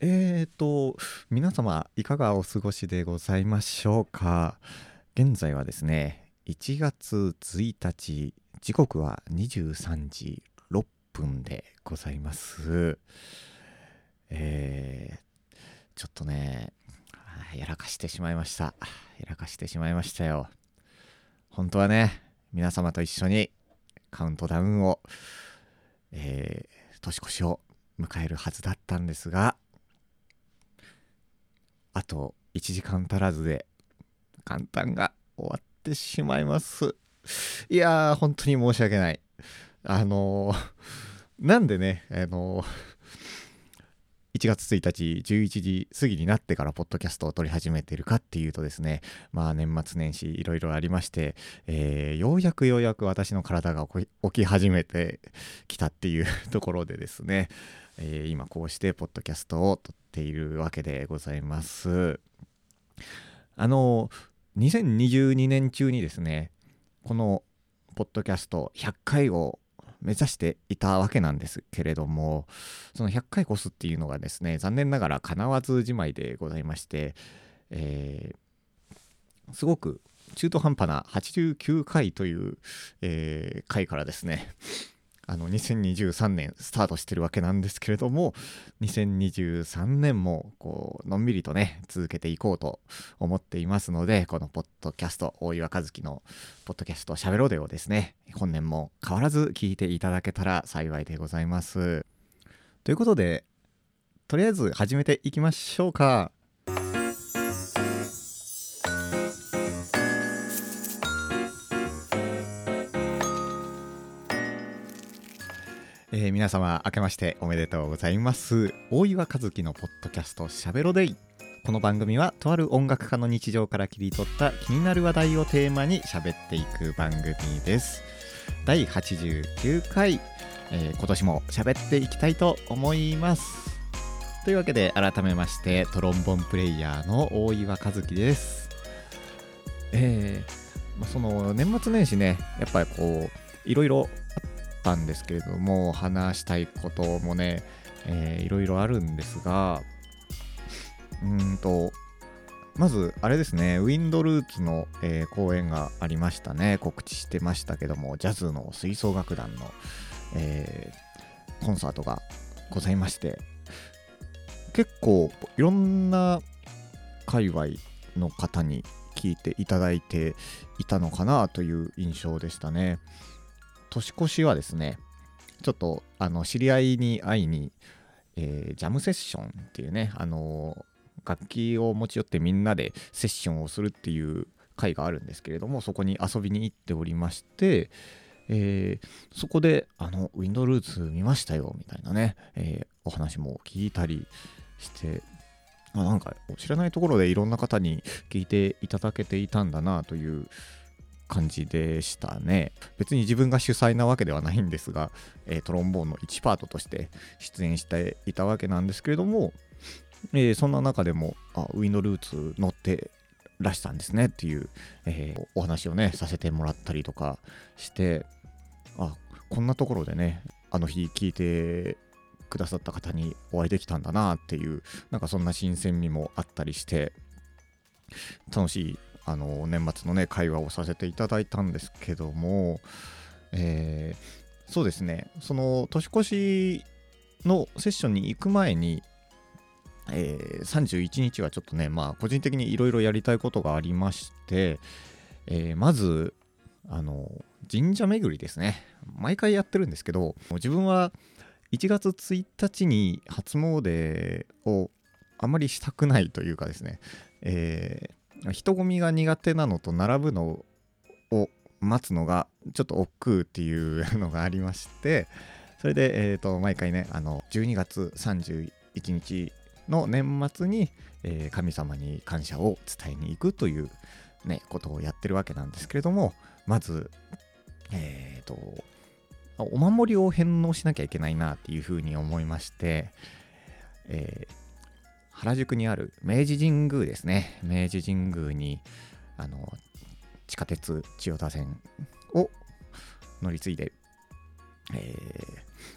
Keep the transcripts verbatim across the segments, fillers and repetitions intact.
えーと、皆様いかがお過ごしでございましょうか。現在はですね、いちがつついたち、時刻はにじゅうさんじろっぷんでございます。えー、ちょっとね、やらかしてしまいました。やらかしてしまいましたよ。本当はね、皆様と一緒にカウントダウンを、えー、年越しを迎えるはずだったんですが、あといちじかん足らずで元旦が終わってしまいます。いやー、本当に申し訳ない。あのー、なんでね、あのー、いちがつついたちじゅういちじ過ぎになってからポッドキャストを撮り始めているかっていうとですね、まあ年末年始いろいろありまして、えー、ようやくようやく私の体が起き始めてきたっていうところでですね、えー、今こうしてポッドキャストを撮っているわけでございます。あのにせんにじゅうにねん中にですね、このポッドキャストひゃっかいを目指していたわけなんですけれども、そのひゃっかい越すっていうのがですね、残念ながら叶わずじまいでございまして、えー、すごく中途半端なはちじゅうきゅうかいという、えー、回からですね、あのにせんにじゅうさんねんスタートしてるわけなんですけれども、にせんにじゅうさんねんもこうのんびりとね続けていこうと思っていますので、このポッドキャスト、大岩和樹のポッドキャストしゃべろうでをですね、本年も変わらず聞いていただけたら幸いでございます。ということで、とりあえず始めていきましょうか。えー、皆様明けましておめでとうございます。大岩和樹のポッドキャストしゃべろデイ。この番組はとある音楽家の日常から切り取った気になる話題をテーマに喋っていく番組です。だいはちじゅうきゅうかい、えー、今年も喋っていきたいと思います。というわけで改めましてトロンボンプレイヤーの大岩和樹です。えー、その年末年始ね、やっぱりこういろいろたんですけれども、話したいこともね、えー、いろいろあるんですが、うーんとまずあれですね、ウィンドルーツの、えー、公演がありましたね。告知してましたけども、ジャズの吹奏楽団の、えー、コンサートがございまして、結構いろんな界隈の方に聞いていただいていたのかなという印象でしたね。年越しはですね、ちょっとあの知り合いに会いに、えー、ジャムセッションっていうね、あのー、楽器を持ち寄ってみんなでセッションをするっていう会があるんですけれども、そこに遊びに行っておりまして、えー、そこであのウィンドルーツ見ましたよみたいなね、えー、お話も聞いたりして、あ、なんか知らないところでいろんな方に聞いていただけていたんだなという感じでしたね。別に自分が主催なわけではないんですが、えー、トロンボーンのいちパートとして出演していたわけなんですけれども、えー、そんな中でもあウィンドルーツ乗ってらしたんですねっていう、えー、お話をねさせてもらったりとかして、あ、こんなところでねあの日聞いてくださった方にお会いできたんだなっていう、なんかそんな新鮮味もあったりして楽しいあの年末のね会話をさせていただいたんですけども、えー、そうですね、その年越しのセッションに行く前に、えー、さんじゅういちにちはちょっとね、まあ個人的にいろいろやりたいことがありまして、えー、まずあの神社巡りですね。毎回やってるんですけど、自分はいちがつついたちに初詣をあまりしたくないというかですね、えー、人混みが苦手なのと並ぶのを待つのがちょっと億劫っていうのがありまして、それで、えーと、毎回ね、あのじゅうにがつさんじゅういちにちの年末に、えー、神様に感謝を伝えに行くという、ね、ことをやってるわけなんですけれども、まず、えーと、お守りを返納しなきゃいけないなっていうふうに思いまして、えー、原宿にある明治神宮ですね。明治神宮にあの地下鉄千代田線を乗り継いで、え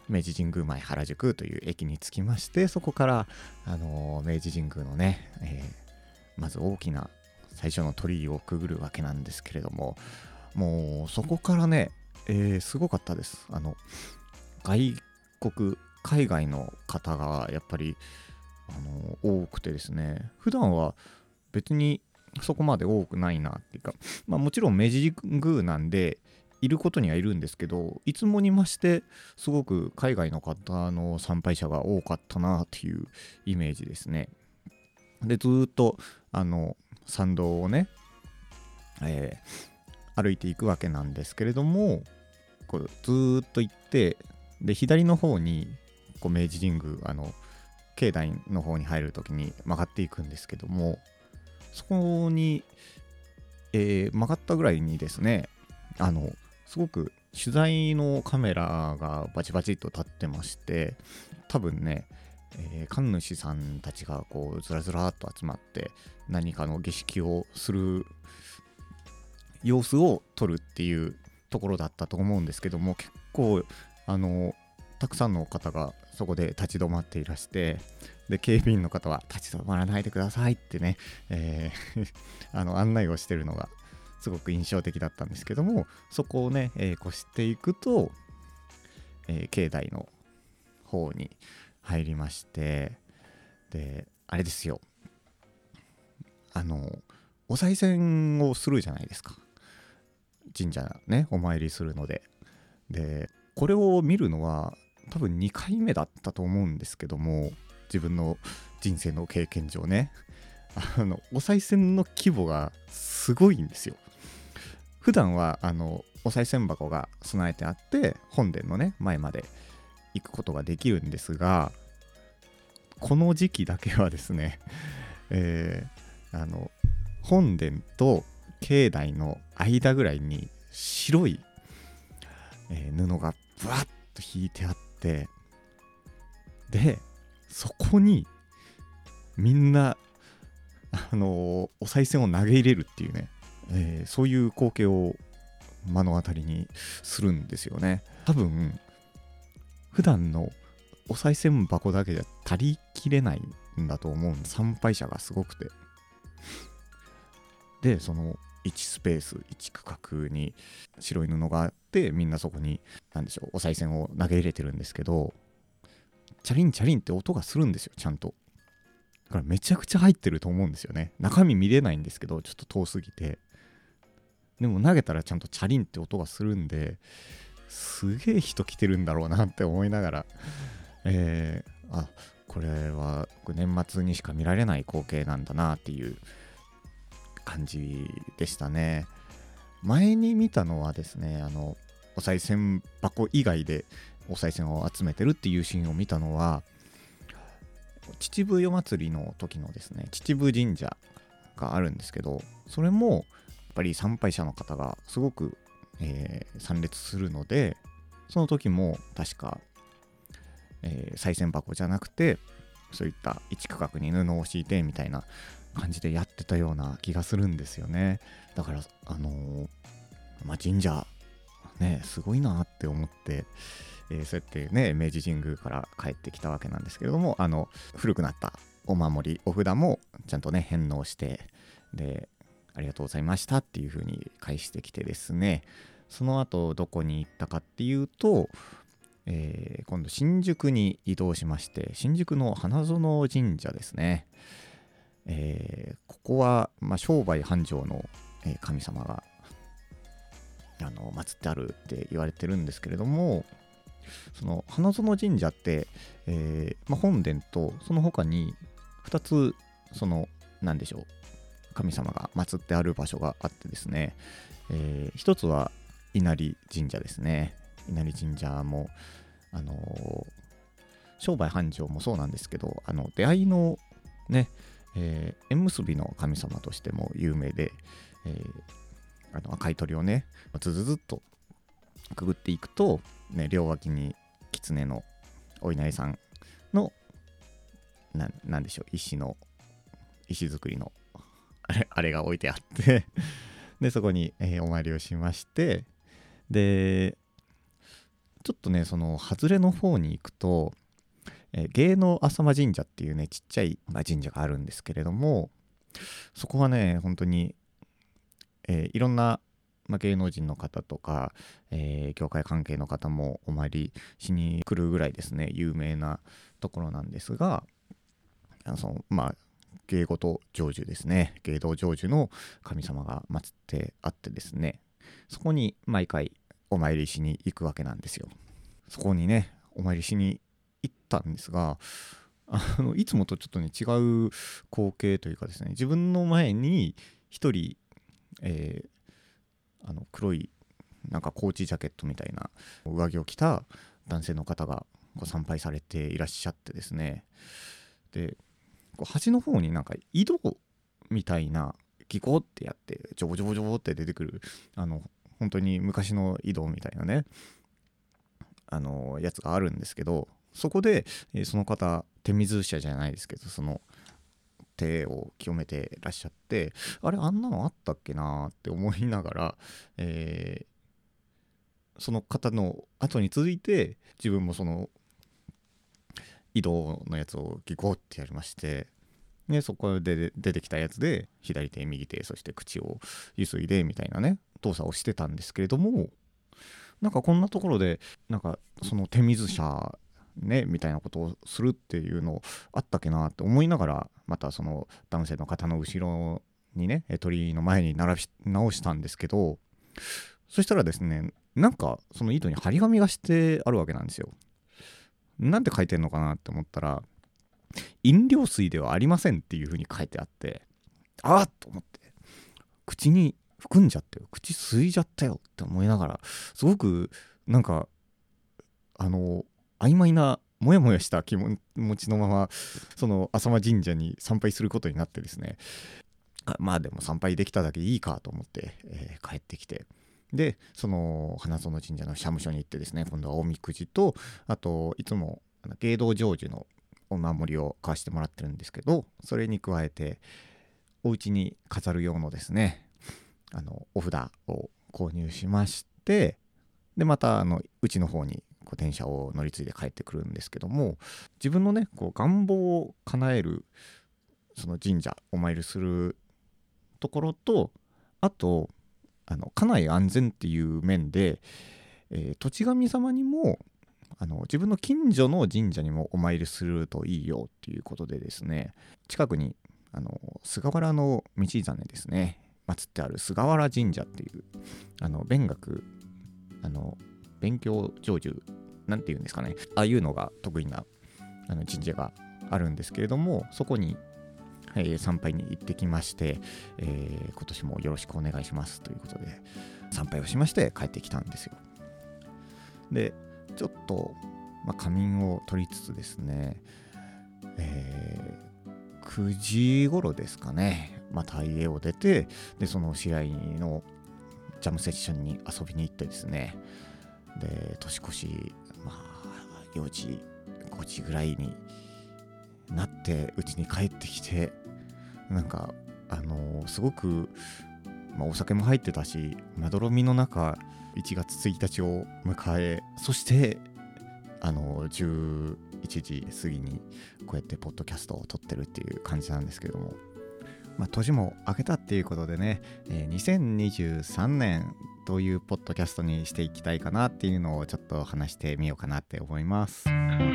明治神宮前原宿という駅に着きまして、そこから、あのー明治神宮のね、えーまず大きな最初の鳥居をくぐるわけなんですけれども、もうそこからね、えーすごかったです。あの外国海外の方がやっぱり、あのー多くてですね、普段は別にそこまで多くないなっていうか、まあもちろん明治神宮なんでいることにはいるんですけど、いつもにましてすごく海外の方の参拝者が多かったなっていうイメージですね。でずーっとあの参道をね、えー歩いていくわけなんですけれども、こうずーっと行って、で左の方にこう明治神宮、あの境内の方に入るときに曲がっていくんですけども、そこに、えー曲がったぐらいにですね、あのすごく取材のカメラがバチバチっと立ってまして、多分ね、えー神主さんたちがこうずらずらっと集まって何かの儀式をする様子を撮るっていうところだったと思うんですけども、結構あのたくさんの方がそこで立ち止まっていらして、で警備員の方は立ち止まらないでくださいってね、えーあの案内をしてるのがすごく印象的だったんですけども、そこをね、えー越していくと、えー境内の方に入りまして、であれですよ、あのお賽銭をするじゃないですか、神社ね、お参りするので。でこれを見るのは多分にかいめだったと思うんですけども、自分の人生の経験上ね、あのお賽銭の規模がすごいんですよ。普段はあのお賽銭箱が備えてあって本殿のね前まで行くことができるんですが、この時期だけはですね、えーあの本殿と境内の間ぐらいに白い、えー布がブワッと引いてあって、でそこにみんな、あのーお賽銭を投げ入れるっていうね、えーそういう光景を目の当たりにするんですよね。多分普段のお賽銭箱だけじゃ足りきれないんだと思う。参拝者がすごくて、でそのいちスペースいち区画に白い布があって、みんなそこに何でしょう、お賽銭を投げ入れてるんですけど、チャリンチャリンって音がするんですよ、ちゃんと。だからめちゃくちゃ入ってると思うんですよね。中身見れないんですけど、ちょっと遠すぎて。でも投げたらちゃんとチャリンって音がするんで、すげえ人来てるんだろうなって思いながら、えー、あ、これは年末にしか見られない光景なんだなっていう感じでしたね。前に見たのはですね、あのお賽銭箱以外でお賽銭を集めてるっていうシーンを見たのは、秩父夜祭りの時のですね、秩父神社があるんですけど、それもやっぱり参拝者の方がすごく、えー参列するので、その時も確か、えー、賽銭箱じゃなくて、そういった一区画に布を敷いてみたいな感じでやってたような気がするんですよね。だからあのーまあ、神社ねすごいなって思って、えーそうやってね明治神宮から帰ってきたわけなんですけれども、あの古くなったお守りお札もちゃんとね返納して、でありがとうございましたっていう風に返してきてですね、その後どこに行ったかっていうと、えー今度新宿に移動しまして、新宿の花園神社ですね。えーここは、まあ、商売繁盛の、えー神様があの祀ってあるって言われてるんですけれども、その花園神社って、えーまあ、本殿とその他にふたつ、その何でしょう、神様が祀ってある場所があってですね、えー、一つは稲荷神社ですね。稲荷神社もあのー商売繁盛もそうなんですけど、あの出会いのね、えー縁結びの神様としても有名で、えーあの赤い鳥をねずずずっとくぐっていくと、ね、両脇に狐のお稲荷さんのななんでしょう、石の石造りのあれあれが置いてあってでそこに、えーお参りをしまして、でちょっとねその外れの方に行くと、えー、芸能浅間神社っていうねちっちゃい、まあ、神社があるんですけれども、そこはね本当に、えー、いろんな、まあ、芸能人の方とか、えー、業界関係の方もお参りしに来るぐらいですね有名なところなんですが、あのそのまあ芸事成就ですね、芸道成就の神様が祀ってあってですね、そこに毎回お参りしに行くわけなんですよ。そこにねお参りしに行ったんですが、あのいつもとちょっとね違う光景というかですね、自分の前に一人、えー、あの黒いなんかコーチジャケットみたいな上着を着た男性の方がご参拝されていらっしゃってですね、で端の方になんか井戸みたいなギコってやってジョボジョボジョボって出てくる、あの本当に昔の井戸みたいなねあのやつがあるんですけど、そこで、えー、その方手水舎じゃないですけどその手を清めてらっしゃって、あれあんなのあったっけなって思いながら、えー、その方の後に続いて自分もその井戸のやつをギコってやりまして、でそこで出てきたやつで左手右手そして口をゆすいでみたいなね動作をしてたんですけれども、なんかこんなところでなんかその手水舎ねみたいなことをするっていうのあったっけなって思いながら、またその男性の方の後ろにね鳥居の前に並び直したんですけど、そしたらですねなんかその井戸に張り紙がしてあるわけなんですよ。なんて書いてんのかなって思ったら、飲料水ではありませんっていう風に書いてあって、あっと思って口に含んじゃったよ、口吸いじゃったよって思いながら、すごくなんかあの曖昧なモヤモヤした気持ちのままその浅間神社に参拝することになってですね、あまあでも参拝できただけいいかと思って、えー、帰ってきて、でその花園神社の社務所に行ってですね、今度はおみくじとあといつも芸道成就のお守りを買わしてもらってるんですけど、それに加えてお家に飾る用のですねあのお札を購入しまして、でまたあのうちの方にこう電車を乗り継いで帰ってくるんですけども、自分のねこう願望を叶えるその神社お参りするところと、あとあの家内安全っていう面で、えー、土地神様にもあの自分の近所の神社にもお参りするといいよっていうことでですね、近くにあの菅原の道真ですね祀ってある菅原神社っていうあの勉学あの勉強成就なんていうんですかね、ああいうのが得意なあの神社があるんですけれども、そこに、えー、参拝に行ってきまして、えー、今年もよろしくお願いしますということで参拝をしまして帰ってきたんですよ。でちょっと、まあ、仮眠を取りつつですね、えー、くじ頃ですかね、また家を出て、でその試合のジャムセッションに遊びに行ってですね、で年越し、まあ、よじごじぐらいになってうちに帰ってきて、なんかあのー、すごく、まあ、お酒も入ってたしまどろみの中いちがつついたちを迎え、そしてあのじゅういちじ過ぎにこうやってポッドキャストを撮ってるっていう感じなんですけども、まあ、年も明けたっていうことでね、えー、にせんにじゅうさんねんどういうポッドキャストにしていきたいかなっていうのをちょっと話してみようかなって思います。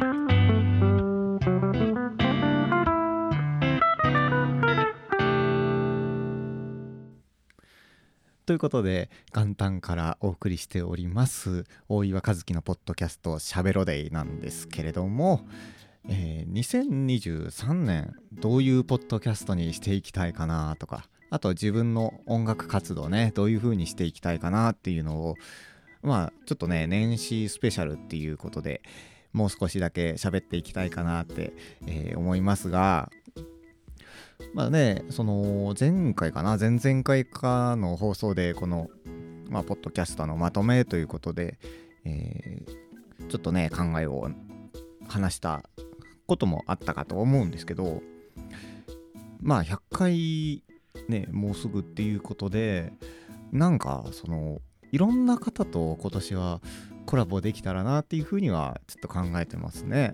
ということで元旦からお送りしております大岩和樹のポッドキャストしゃべろデイなんですけれども、えー、にせんにじゅうさんねんどういうポッドキャストにしていきたいかなとか、あと自分の音楽活動ねどういう風にしていきたいかなっていうのを、まあちょっとね年始スペシャルっていうことでもう少しだけ喋っていきたいかなって、えー、思いますが、まあね、その前回かな前々回かの放送でこの、まあ、ポッドキャストのまとめということで、えー、ちょっとね考えを話したこともあったかと思うんですけど、まあひゃっかいねもうすぐっていうことで、なんかそのいろんな方と今年はコラボできたらなっていうふうにはちょっと考えてますね。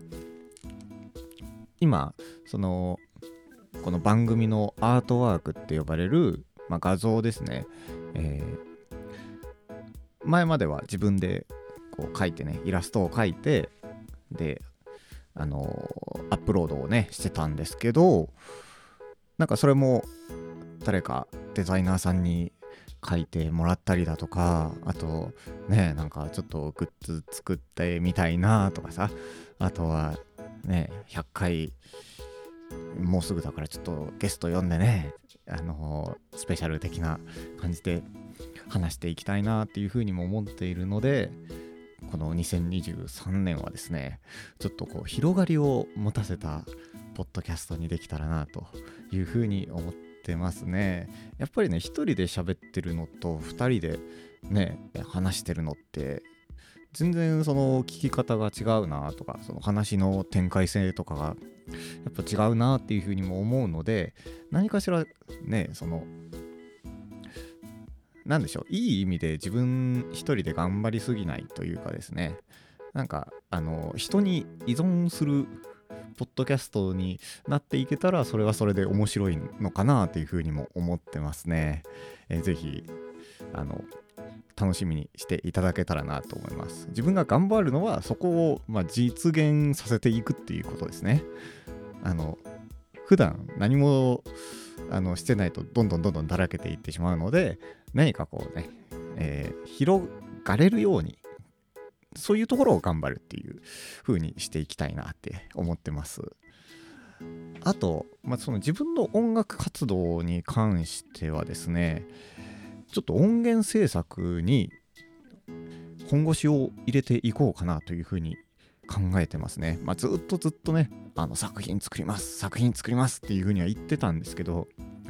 今そのこの番組のアートワークって呼ばれる、まあ、画像ですね、えー、前までは自分でこう描いてね、イラストを描いて、であのー、アップロードをねしてたんですけど、なんかそれも誰かデザイナーさんに書いてもらったりだとか、あとね、なんかちょっとグッズ作ってみたいなとかさ、あとはねひゃっかいもうすぐだからちょっとゲスト呼んでね、あのー、スペシャル的な感じで話していきたいなっていうふうにも思っているので、このにせんにじゅうさんねんはですね、ちょっとこう広がりを持たせたポッドキャストにできたらなというふうに思ってますね。やっぱりね、一人で喋ってるのと二人でね話してるのって全然その聞き方が違うなとか、その話の展開性とかがやっぱ違うなっていうふうにも思うので、何かしらね、そのなんでしょう、いい意味で自分一人で頑張りすぎないというかですね、なんかあの人に依存するポッドキャストになっていけたら、それはそれで面白いのかなというふうにも思ってますね。えー、ぜひあの楽しみにしていただけたらなと思います。自分が頑張るのはそこを、まあ、実現させていくっていうことですね。あの普段何もあのしてないとどんどんどんどんだらけていってしまうので、何かこうね、えー、広がれるように、そういうところを頑張るっていう風にしていきたいなって思ってます。あと、まあ、その自分の音楽活動に関してはですね、ちょっと音源制作に本腰を入れていこうかなというふうに考えてますね。まあ、ずっとずっとね、あの作品作ります作品作りますっていうふうには言ってたんですけど、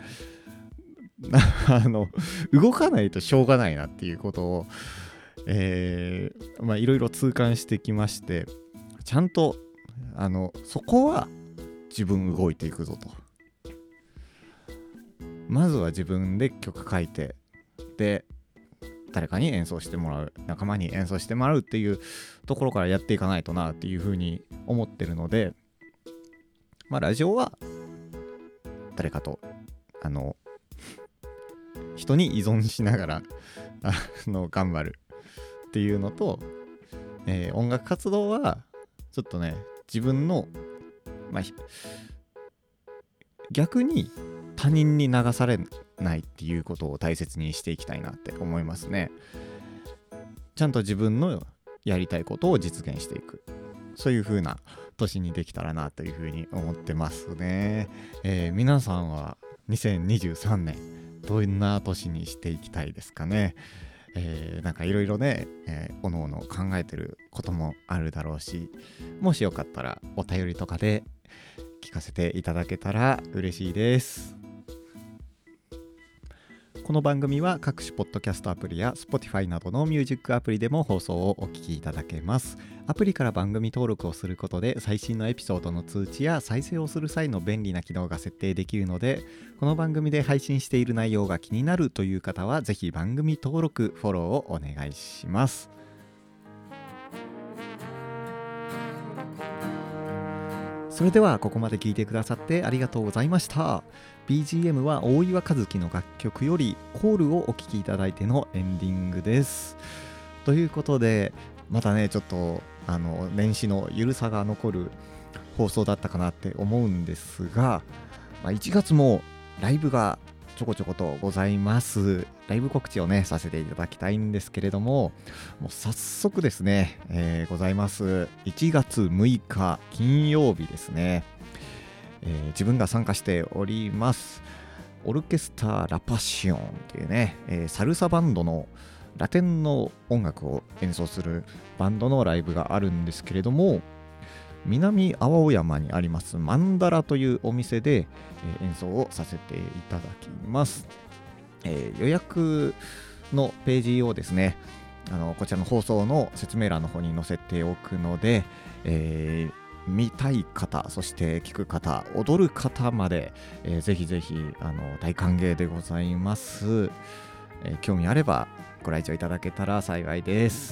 あの動かないとしょうがないなっていうことを、えー、まあいろいろ痛感してきまして、ちゃんとあのそこは自分動いていくぞと。まずは自分で曲書いて、で誰かに演奏してもらう、仲間に演奏してもらうっていうところからやっていかないとなっていうふうに思ってるので、まあラジオは誰かとあの人に依存しながらあの頑張るっていうのと、えー、音楽活動はちょっとね、自分の、まあ、逆に他人に流されないっていうことを大切にしていきたいなって思いますね。ちゃんと自分のやりたいことを実現していく、そういう風な年にできたらなという風に思ってますね。えー、皆さんはにせんにじゅうさんねんどんな年にしていきたいですかね。えー、なんかいろいろね、えー、おのおの考えてることもあるだろうし、もしよかったらお便りとかで聞かせていただけたら嬉しいです。この番組は各種ポッドキャストアプリや Spotify などのミュージックアプリでも放送をお聞きいただけます。アプリから番組登録をすることで最新のエピソードの通知や再生をする際の便利な機能が設定できるので、この番組で配信している内容が気になるという方はぜひ番組登録、フォローをお願いします。それではここまで聞いてくださってありがとうございました。 ビージーエム は大岩和樹の楽曲よりコールをお聴きいただいてのエンディングです。ということで、またねちょっとあの年始のゆるさが残る放送だったかなって思うんですが、まあ、いちがつもライブがちょこちょことございます。ライブ告知をねさせていただきたいんですけれども、もう早速ですね、えー、ございます。いちがつむいか金曜日ですね、えー、自分が参加しておりますオルケスタラパッシオンというね、えー、サルサバンドのラテンの音楽を演奏するバンドのライブがあるんですけれども、南青尾山にありますマンダラというお店で、えー、演奏をさせていただきます。えー、予約のページをですね、あのこちらの放送の説明欄の方に載せておくので、えー、見たい方、そして聞く方、踊る方まで、えー、ぜひぜひあの大歓迎でございます。えー、興味あればご来場いただけたら幸いです。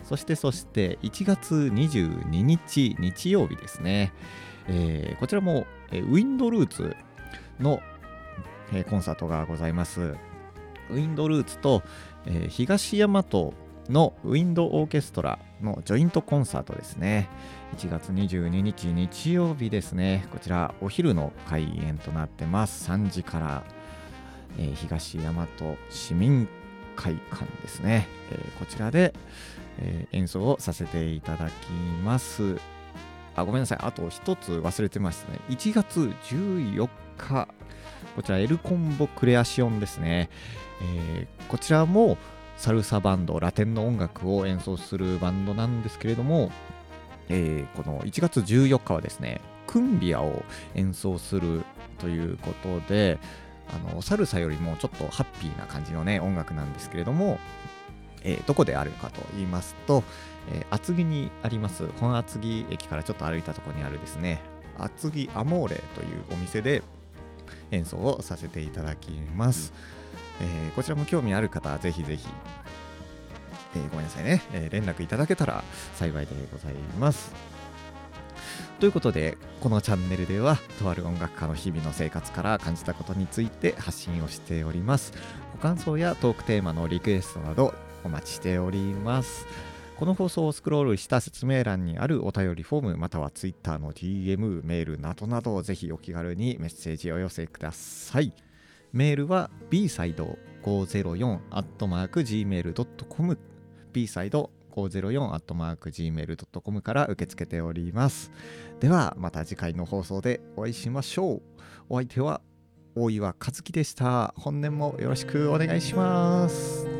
そしてそしていちがつにじゅうににち日曜日ですね、えーこちらも、えーウィンドルーツの、えーコンサートがございます。ウィンドルーツと、えー東大和のウィンドオーケストラのジョイントコンサートですね。いちがつにじゅうににち日曜日ですね。こちらお昼の開演となってます。さんじから、えー東大和市民会館ですね。えーこちらで、えー演奏をさせていただきます。あ、ごめんなさい。あと一つ忘れてましたね。いちがつじゅうよっか、こちらエルコンボクレアシオンですね。えーこちらもサルサバンド、ラテンの音楽を演奏するバンドなんですけれども、えーこのいちがつじゅうよっかはですね、クンビアを演奏するということで、あのサルサよりもちょっとハッピーな感じのね音楽なんですけれども、えーどこであるかと言いますと、えー厚木にあります本厚木駅からちょっと歩いたところにあるですね、厚木アモーレというお店で演奏をさせていただきます。えーこちらも興味ある方はぜひぜひ、えーごめんなさいね、えー連絡いただけたら幸いでございます。ということで、このチャンネルではとある音楽家の日々の生活から感じたことについて発信をしております。ご感想やトークテーマのリクエストなどお待ちしております。この放送をスクロールした説明欄にあるお便りフォーム、または Twitter の ディーエム、メールなどなどぜひお気軽にメッセージをお寄せください。メールは ビーサイドごーぜろよん アットマーク ジーメール ドットコム ビーサイドごーぜろよん アットマーク ジーメール ドットコム から受け付けております。ではまた次回の放送でお会いしましょう。お相手は大岩和樹でした。本年もよろしくお願いします。